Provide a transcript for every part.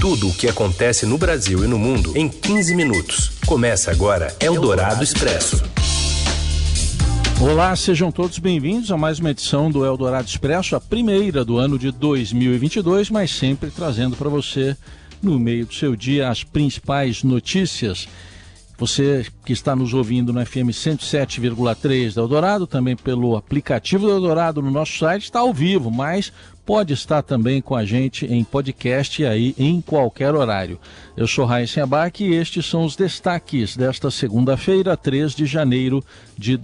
Tudo o que acontece no Brasil e no mundo em 15 minutos. Começa agora Eldorado Expresso. Olá, sejam todos bem-vindos a mais uma edição do Eldorado Expresso, a primeira do ano de 2022, mas sempre trazendo para você, no meio do seu dia, as principais notícias. Você que está nos ouvindo no FM 107,3 da Eldorado, também pelo aplicativo da Eldorado no nosso site, está ao vivo, mas pode estar também com a gente em podcast e aí em qualquer horário. Eu sou Raíssen Abac e estes são os destaques desta segunda-feira, 3 de janeiro de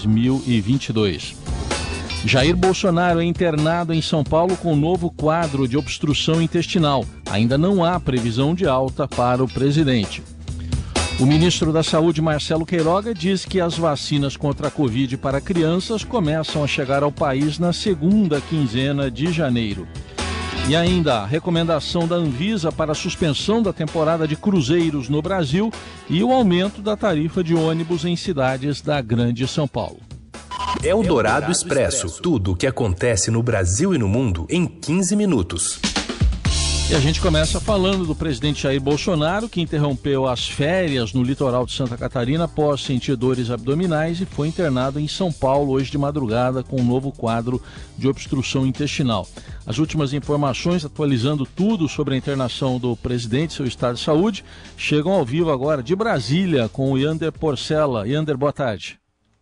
2022. Jair Bolsonaro é internado em São Paulo com novo quadro de obstrução intestinal. Ainda não há previsão de alta para o presidente. O ministro da Saúde, Marcelo Queiroga, diz que as vacinas contra a Covid para crianças começam a chegar ao país na segunda quinzena de janeiro. E ainda a recomendação da Anvisa para a suspensão da temporada de cruzeiros no Brasil e o aumento da tarifa de ônibus em cidades da Grande São Paulo. Eldorado Expresso. Tudo o que acontece no Brasil e no mundo em 15 minutos. E a gente começa falando do presidente Jair Bolsonaro, que interrompeu as férias no litoral de Santa Catarina após sentir dores abdominais e foi internado em São Paulo hoje de madrugada com um novo quadro de obstrução intestinal. As últimas informações, atualizando tudo sobre a internação do presidente e seu estado de saúde, chegam ao vivo agora de Brasília com o Yander Porcela. Yander, boa tarde.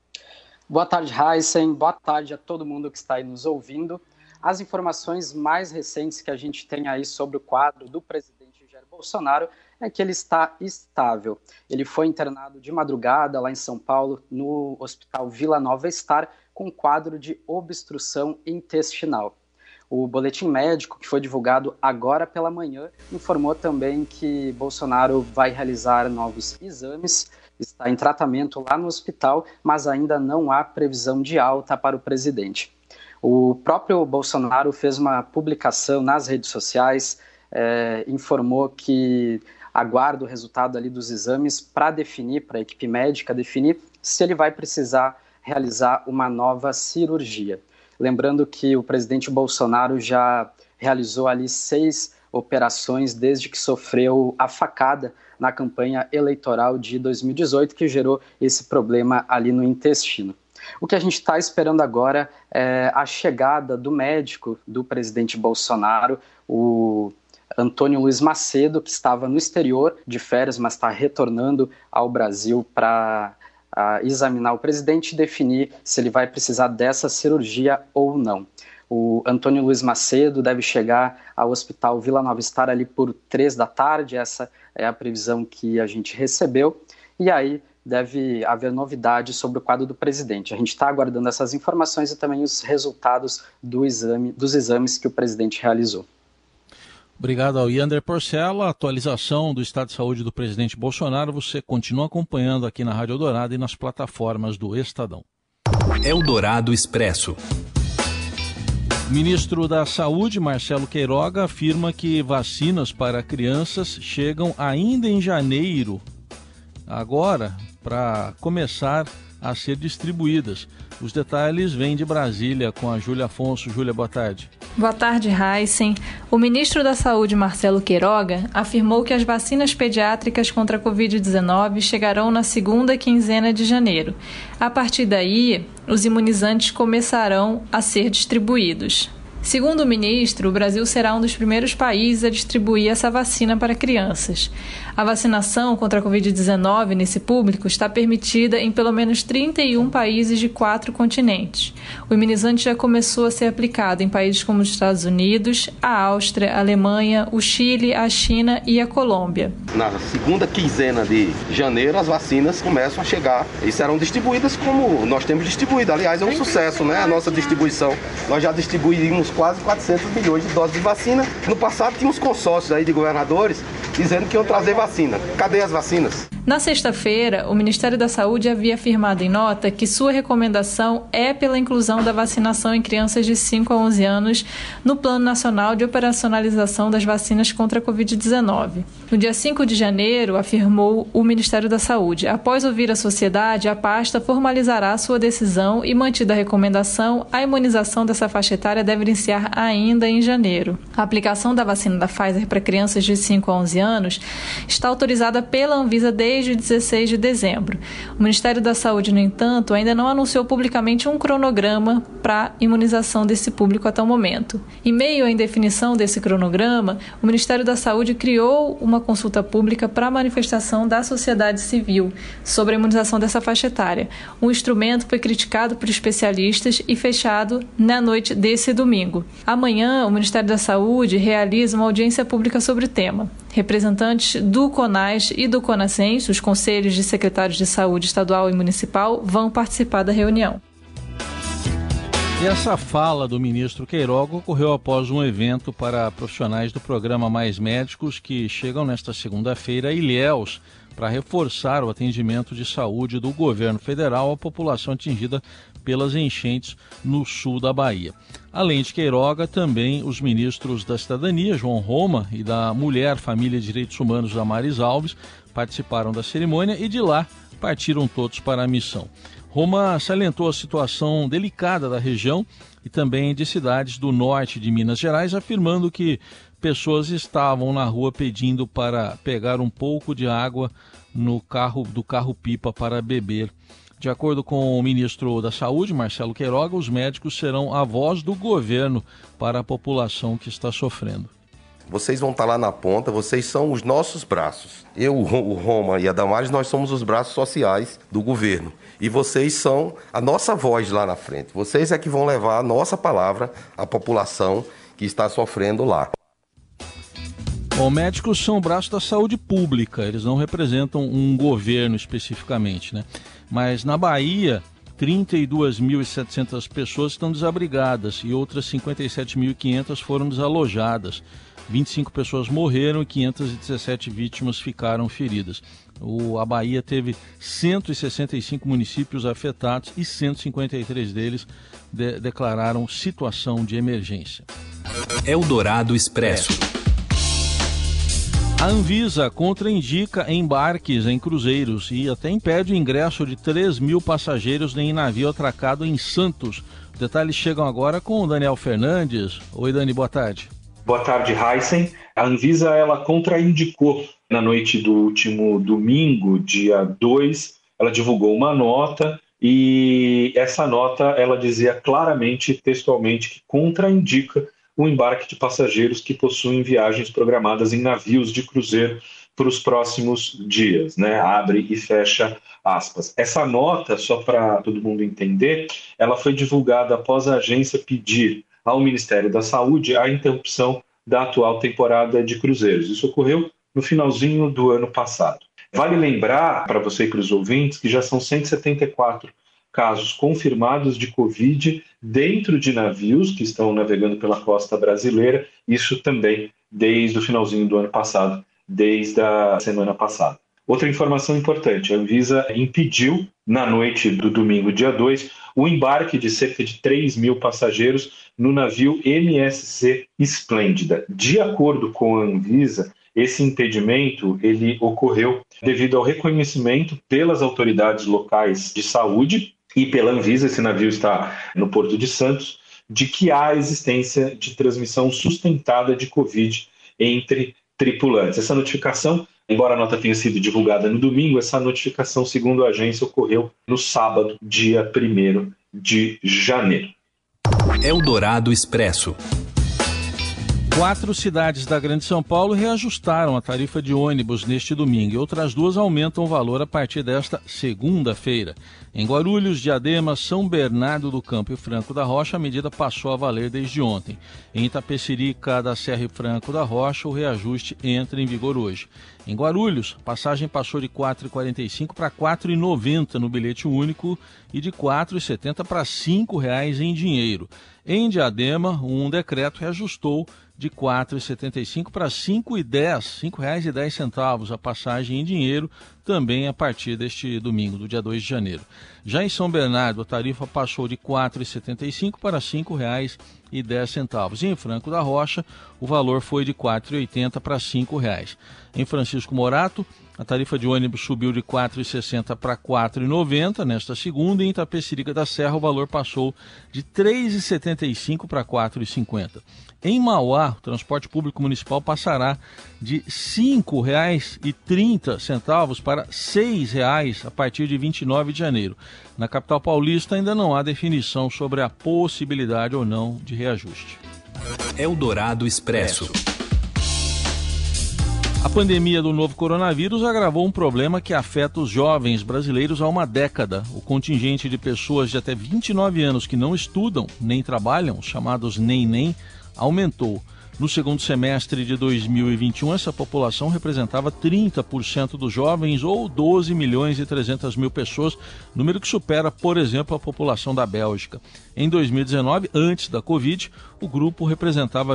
Boa tarde, Raíssen. Boa tarde a todo mundo que está aí nos ouvindo. As informações mais recentes que a gente tem aí sobre o quadro do presidente Jair Bolsonaro é que ele está estável. Ele foi internado de madrugada lá em São Paulo, no Hospital Vila Nova Star, com quadro de obstrução intestinal. O boletim médico, que foi divulgado agora pela manhã, informou também que Bolsonaro vai realizar novos exames, está em tratamento lá no hospital, mas ainda não há previsão de alta para o presidente. O próprio Bolsonaro fez uma publicação nas redes sociais, informou que aguarda o resultado ali dos exames para definir, para a equipe médica definir, se ele vai precisar realizar uma nova cirurgia. Lembrando que o presidente Bolsonaro já realizou ali 6 operações desde que sofreu a facada na campanha eleitoral de 2018, que gerou esse problema ali no intestino. O que a gente está esperando agora é a chegada do médico do presidente Bolsonaro, o Antônio Luiz Macedo, que estava no exterior de férias, mas está retornando ao Brasil para examinar o presidente e definir se ele vai precisar dessa cirurgia ou não. O Antônio Luiz Macedo deve chegar ao Hospital Vila Nova Star ali por 3 da tarde, essa é a previsão que a gente recebeu, e aí deve haver novidades sobre o quadro do presidente. A gente está aguardando essas informações e também os resultados dos exames que o presidente realizou. Obrigado ao Yander Porcela. A atualização do estado de saúde do presidente Bolsonaro você continua acompanhando aqui na Rádio Eldorado e nas plataformas do Estadão. Eldorado Expresso. O ministro da Saúde, Marcelo Queiroga, afirma que vacinas para crianças chegam ainda em janeiro, agora, para começar a ser distribuídas. Os detalhes vêm de Brasília com a Júlia Afonso. Júlia, boa tarde. Boa tarde, Raíssen. O ministro da Saúde, Marcelo Queiroga, afirmou que as vacinas pediátricas contra a Covid-19 chegarão na segunda quinzena de janeiro. A partir daí, os imunizantes começarão a ser distribuídos. Segundo o ministro, o Brasil será um dos primeiros países a distribuir essa vacina para crianças. A vacinação contra a Covid-19 nesse público está permitida em pelo menos 31 países de 4 continentes. O imunizante já começou a ser aplicado em países como os Estados Unidos, a Áustria, a Alemanha, o Chile, a China e a Colômbia. Na segunda quinzena de janeiro, as vacinas começam a chegar e serão distribuídas como nós temos distribuído. Aliás, é um sucesso, né? A nossa distribuição. Nós já distribuímos quase 400 milhões de doses de vacina. No passado, tínhamos consórcios aí de governadores dizendo que iam trazer vacina. Cadê as vacinas? Na sexta-feira, o Ministério da Saúde havia afirmado em nota que sua recomendação é pela inclusão da vacinação em crianças de 5 a 11 anos no Plano Nacional de Operacionalização das Vacinas contra a Covid-19. No dia 5 de janeiro, afirmou o Ministério da Saúde. Após ouvir a sociedade, a pasta formalizará sua decisão e, mantida a recomendação, a imunização dessa faixa etária deve iniciar ainda em janeiro. A aplicação da vacina da Pfizer para crianças de 5 a 11 anos está autorizada pela Anvisa desde 16 de dezembro. O Ministério da Saúde, no entanto, ainda não anunciou publicamente um cronograma para a imunização desse público até o momento. Em meio à indefinição desse cronograma, o Ministério da Saúde criou uma consulta pública para a manifestação da sociedade civil sobre a imunização dessa faixa etária. O instrumento foi criticado por especialistas e fechado na noite desse domingo. Amanhã, o Ministério da Saúde realiza uma audiência pública sobre o tema. Representantes do CONAS e do CONASENS, os conselhos de secretários de saúde estadual e municipal, vão participar da reunião. E essa fala do ministro Queiroga ocorreu após um evento para profissionais do programa Mais Médicos que chegam nesta segunda-feira a Ilhéus para reforçar o atendimento de saúde do governo federal à população atingida pelas enchentes no sul da Bahia. Além de Queiroga, também os ministros da Cidadania, João Roma, e da Mulher, Família e Direitos Humanos, Damares Alves, participaram da cerimônia e de lá partiram todos para a missão. Roma salientou a situação delicada da região e também de cidades do norte de Minas Gerais, afirmando que pessoas estavam na rua pedindo para pegar um pouco de água no carro-pipa para beber. De acordo com o ministro da Saúde, Marcelo Queiroga, os médicos serão a voz do governo para a população que está sofrendo. Vocês vão estar lá na ponta, vocês são os nossos braços. Eu, o Roma e a Damares, nós somos os braços sociais do governo. E vocês são a nossa voz lá na frente. Vocês é que vão levar a nossa palavra à população que está sofrendo lá. Bom, médicos são o braço da saúde pública, eles não representam um governo especificamente, né? Mas na Bahia, 32.700 pessoas estão desabrigadas e outras 57.500 foram desalojadas. 25 pessoas morreram e 517 vítimas ficaram feridas. A Bahia teve 165 municípios afetados e 153 deles declararam situação de emergência. Eldorado Expresso. A Anvisa contraindica embarques em cruzeiros e até impede o ingresso de 3.000 passageiros em navio atracado em Santos. Detalhes chegam agora com o Daniel Fernandes. Oi, Dani, boa tarde. Boa tarde, Heisen. A Anvisa ela contraindicou na noite do último domingo, dia 2, ela divulgou uma nota e essa nota ela dizia claramente, textualmente, que contraindica o embarque de passageiros que possuem viagens programadas em navios de cruzeiro para os próximos dias, né? Abre e fecha aspas. Essa nota, só para todo mundo entender, ela foi divulgada após a agência pedir ao Ministério da Saúde a interrupção da atual temporada de cruzeiros. Isso ocorreu no finalzinho do ano passado. Vale lembrar para você e para os ouvintes que já são 174 casos confirmados de Covid dentro de navios que estão navegando pela costa brasileira, isso também desde o finalzinho do ano passado, desde a semana passada. Outra informação importante, a Anvisa impediu, na noite do domingo, dia 2, o embarque de cerca de 3.000 passageiros no navio MSC Esplêndida. De acordo com a Anvisa, esse impedimento ele ocorreu devido ao reconhecimento pelas autoridades locais de saúde e pela Anvisa, esse navio está no Porto de Santos, de que há a existência de transmissão sustentada de Covid entre tripulantes. Essa notificação, embora a nota tenha sido divulgada no domingo, essa notificação, segundo a agência, ocorreu no sábado, dia 1º de janeiro. Eldorado Expresso. 4 cidades da Grande São Paulo reajustaram a tarifa de ônibus neste domingo e outras 2 aumentam o valor a partir desta segunda-feira. Em Guarulhos, Diadema, São Bernardo do Campo e Franco da Rocha, a medida passou a valer desde ontem. Em Itapecerica da Serra e Franco da Rocha, o reajuste entra em vigor hoje. Em Guarulhos, a passagem passou de R$ 4,45 para R$ 4,90 no bilhete único e de R$ 4,70 para R$ 5,00 em dinheiro. Em Diadema, um decreto reajustou de R$ 4,75 para R$ 5,10 a passagem em dinheiro, também a partir deste domingo, do dia 2 de janeiro. Já em São Bernardo, a tarifa passou de R$ 4,75 para R$ 5,10. E em Franco da Rocha, o valor foi de R$ 4,80 para R$ 5,00. Em Francisco Morato, a tarifa de ônibus subiu de R$ 4,60 para R$ 4,90 nesta segunda, e em Itapecerica da Serra o valor passou de R$ 3,75 para R$ 4,50. Em Mauá, o transporte público municipal passará de R$ 5,30 para R$ 6,00 a partir de 29 de janeiro. Na capital paulista ainda não há definição sobre a possibilidade ou não de reajuste. Eldorado Expresso. A pandemia do novo coronavírus agravou um problema que afeta os jovens brasileiros há uma década. O contingente de pessoas de até 29 anos que não estudam nem trabalham, os chamados nem, aumentou. No segundo semestre de 2021, essa população representava 30% dos jovens, ou 12 milhões e 300 mil pessoas, número que supera, por exemplo, a população da Bélgica. Em 2019, antes da Covid, o grupo representava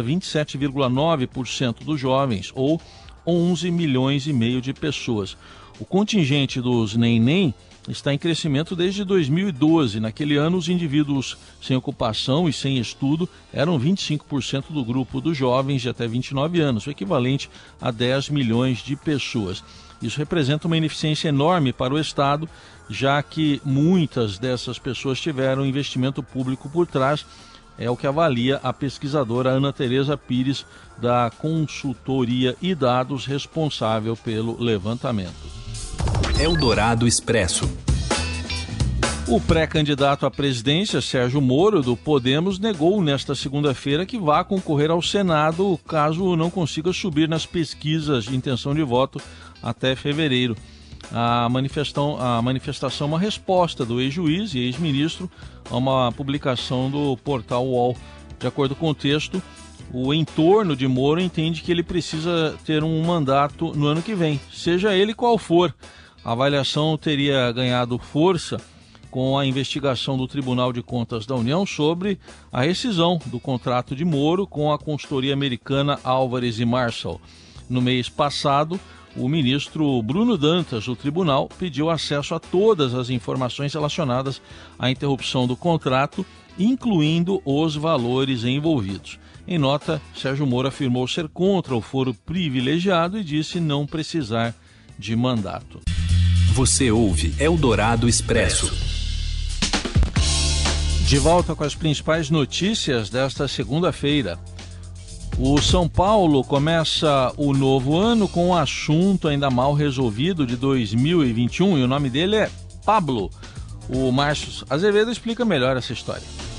27,9% dos jovens, ou 11 milhões e meio de pessoas. O contingente dos nem está em crescimento desde 2012. Naquele ano, os indivíduos sem ocupação e sem estudo eram 25% do grupo dos jovens de até 29 anos, o equivalente a 10 milhões de pessoas. Isso representa uma ineficiência enorme para o Estado, já que muitas dessas pessoas tiveram investimento público por trás. É o que avalia a pesquisadora Ana Tereza Pires, da consultoria e dados responsável pelo levantamento. Eldorado Expresso. O pré-candidato à presidência, Sérgio Moro, do Podemos, negou nesta segunda-feira que vá concorrer ao Senado caso não consiga subir nas pesquisas de intenção de voto até fevereiro. A manifestação é uma resposta do ex-juiz e ex-ministro a uma publicação do portal UOL. De acordo com o texto, o entorno de Moro entende que ele precisa ter um mandato no ano que vem, seja ele qual for. A avaliação teria ganhado força com a investigação do Tribunal de Contas da União sobre a rescisão do contrato de Moro com a consultoria americana Álvares e Marshall. No mês passado, o ministro Bruno Dantas, do tribunal, pediu acesso a todas as informações relacionadas à interrupção do contrato, incluindo os valores envolvidos. Em nota, Sérgio Moro afirmou ser contra o foro privilegiado e disse não precisar de mandato. Você ouve Eldorado Expresso. De volta com as principais notícias desta segunda-feira. O São Paulo começa o novo ano com um assunto ainda mal resolvido de 2021 e o nome dele é Pablo. O Márcio Azevedo explica melhor essa história.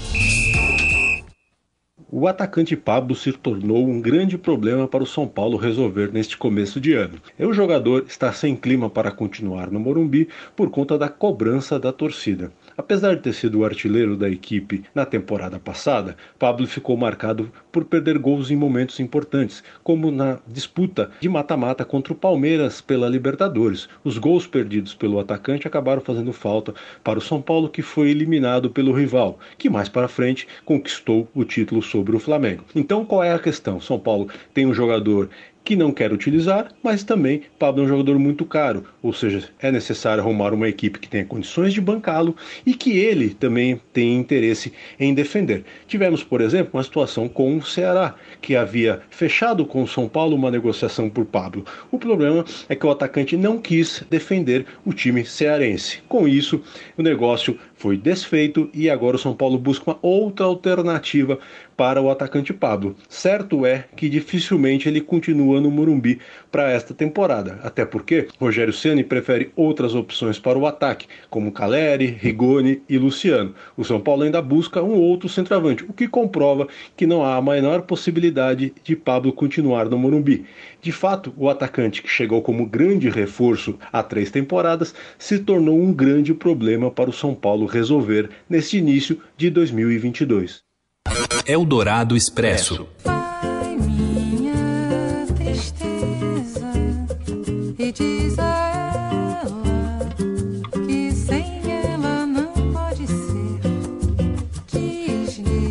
O atacante Pablo se tornou um grande problema para o São Paulo resolver neste começo de ano. O jogador está sem clima para continuar no Morumbi por conta da cobrança da torcida. Apesar de ter sido o artilheiro da equipe na temporada passada, Pablo ficou marcado por perder gols em momentos importantes, como na disputa de mata-mata contra o Palmeiras pela Libertadores. Os gols perdidos pelo atacante acabaram fazendo falta para o São Paulo, que foi eliminado pelo rival, que mais para frente conquistou o título sobre o Flamengo. Então qual é a questão? São Paulo tem um jogador que não quer utilizar, mas também Pablo é um jogador muito caro, ou seja, é necessário arrumar uma equipe que tenha condições de bancá-lo e que ele também tenha interesse em defender. Tivemos, por exemplo, uma situação com o Ceará, que havia fechado com o São Paulo uma negociação por Pablo. O problema é que o atacante não quis defender o time cearense. Com isso, o negócio foi desfeito e agora o São Paulo busca uma outra alternativa para o atacante Pablo. Certo é que dificilmente ele continua no Morumbi para esta temporada, até porque Rogério Ceni prefere outras opções para o ataque, como Caleri, Rigoni e Luciano. O São Paulo ainda busca um outro centroavante, o que comprova que não há a menor possibilidade de Pablo continuar no Morumbi. De fato, o atacante que chegou como grande reforço há 3 temporadas se tornou um grande problema para o São Paulo resolver neste início de 2022. Eldorado Expresso. Vai minha tristeza e diz a ela que sem ela não pode ser. Diz-lhe. A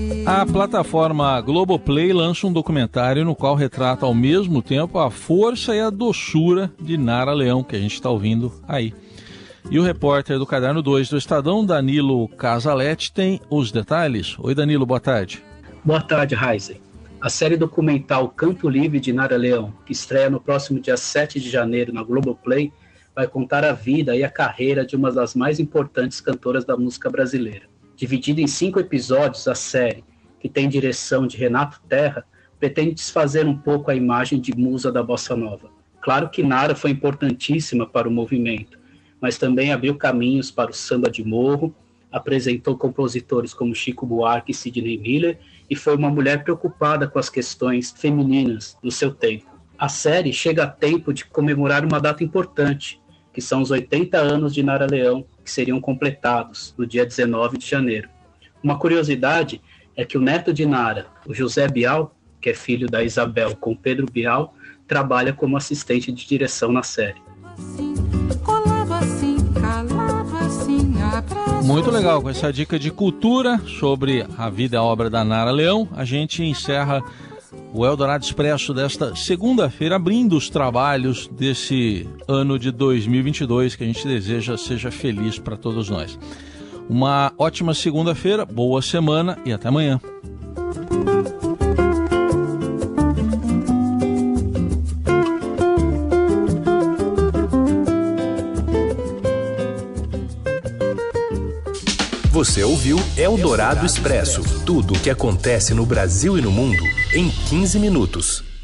A plataforma Globoplay lança um documentário no qual retrata ao mesmo tempo a força e a doçura de Nara Leão, que a gente está ouvindo aí. E o repórter do Caderno 2 do Estadão, Danilo Casaletti, tem os detalhes. Oi, Danilo, boa tarde. Boa tarde, Heisen. A série documental Canto Livre de Nara Leão, que estreia no próximo dia 7 de janeiro na Globoplay, vai contar a vida e a carreira de uma das mais importantes cantoras da música brasileira. Dividida em 5 episódios, a série, que tem direção de Renato Terra, pretende desfazer um pouco a imagem de musa da bossa nova. Claro que Nara foi importantíssima para o movimento, mas também abriu caminhos para o samba de morro, apresentou compositores como Chico Buarque e Sidney Miller e foi uma mulher preocupada com as questões femininas do seu tempo. A série chega a tempo de comemorar uma data importante, que são os 80 anos de Nara Leão, que seriam completados no dia 19 de janeiro. Uma curiosidade é que o neto de Nara, o José Bial, que é filho da Isabel com Pedro Bial, trabalha como assistente de direção na série. Muito legal, com essa dica de cultura sobre a vida e a obra da Nara Leão, a gente encerra o Eldorado Expresso desta segunda-feira, abrindo os trabalhos desse ano de 2022, que a gente deseja seja feliz para todos nós. Uma ótima segunda-feira, boa semana e até amanhã. Você ouviu Eldorado Expresso. Tudo o que acontece no Brasil e no mundo em 15 minutos.